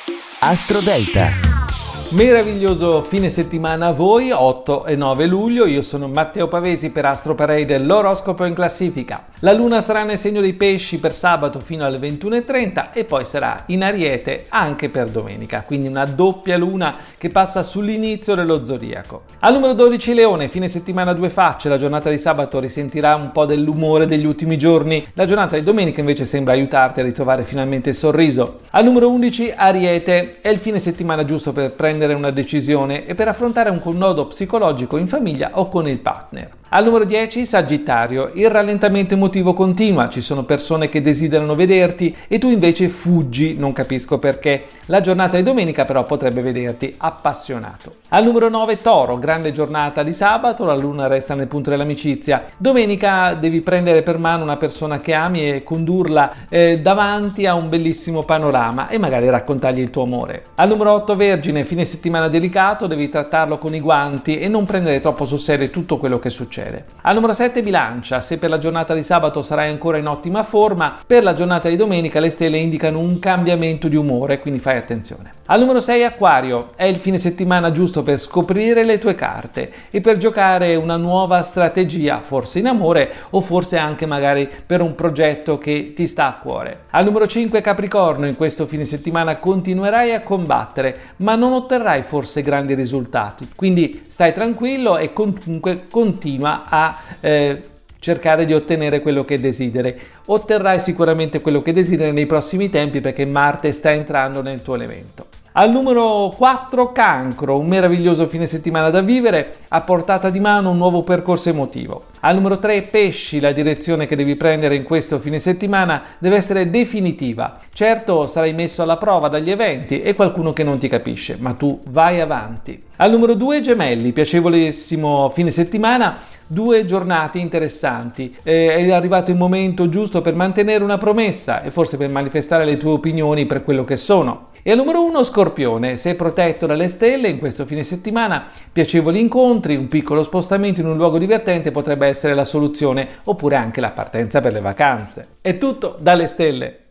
Astro Delta. Meraviglioso fine settimana a voi, 8 e 9 luglio, io sono Matteo Pavesi per Astro Parade, l'oroscopo in classifica. La luna sarà nel segno dei pesci per sabato fino alle 21:30 e poi sarà in Ariete anche per domenica, quindi una doppia luna che passa sull'inizio dello zodiaco. Al numero 12 Leone, fine settimana a due facce, la giornata di sabato risentirà un po' dell'umore degli ultimi giorni, la giornata di domenica invece sembra aiutarti a ritrovare finalmente il sorriso. Al numero 11 Ariete, è il fine settimana giusto per prendere una decisione e per affrontare un connodo psicologico in famiglia o con il partner. Al numero 10 Sagittario, il rallentamento emotivo continua, ci sono persone che desiderano vederti e tu invece fuggi, non capisco perché. La giornata di domenica però potrebbe vederti appassionato. Al numero 9 Toro, grande giornata di sabato, la luna resta nel punto dell'amicizia. Domenica devi prendere per mano una persona che ami e condurla davanti a un bellissimo panorama e magari raccontargli il tuo amore. Al numero 8 Vergine, fine settimana delicato, devi trattarlo con i guanti e non prendere troppo sul serio tutto quello che succede. Al numero 7 Bilancia, se per la giornata di sabato sarai ancora in ottima forma, per la giornata di domenica le stelle indicano un cambiamento di umore, quindi fai attenzione. Al numero 6 Acquario, è il fine settimana giusto per scoprire le tue carte e per giocare una nuova strategia, forse in amore o forse anche magari per un progetto che ti sta a cuore. Al numero 5 Capricorno, in questo fine settimana continuerai a combattere, ma non otterrai forse grandi risultati, quindi stai tranquillo e comunque continua a cercare di ottenere quello che desideri. Otterrai sicuramente quello che desideri nei prossimi tempi perché Marte sta entrando nel tuo elemento. Al numero 4 Cancro, un meraviglioso fine settimana da vivere, a portata di mano un nuovo percorso emotivo. Al numero 3 Pesci, la direzione che devi prendere in questo fine settimana deve essere definitiva. Certo sarai messo alla prova dagli eventi e qualcuno che non ti capisce, ma tu vai avanti. Al numero 2 Gemelli, piacevolissimo fine settimana, 2 giornate interessanti, è arrivato il momento giusto per mantenere una promessa e forse per manifestare le tue opinioni per quello che sono. E al numero 1 Scorpione, sei protetto dalle stelle in questo fine settimana, piacevoli incontri, un piccolo spostamento in un luogo divertente potrebbe essere la soluzione oppure anche la partenza per le vacanze. È tutto dalle stelle!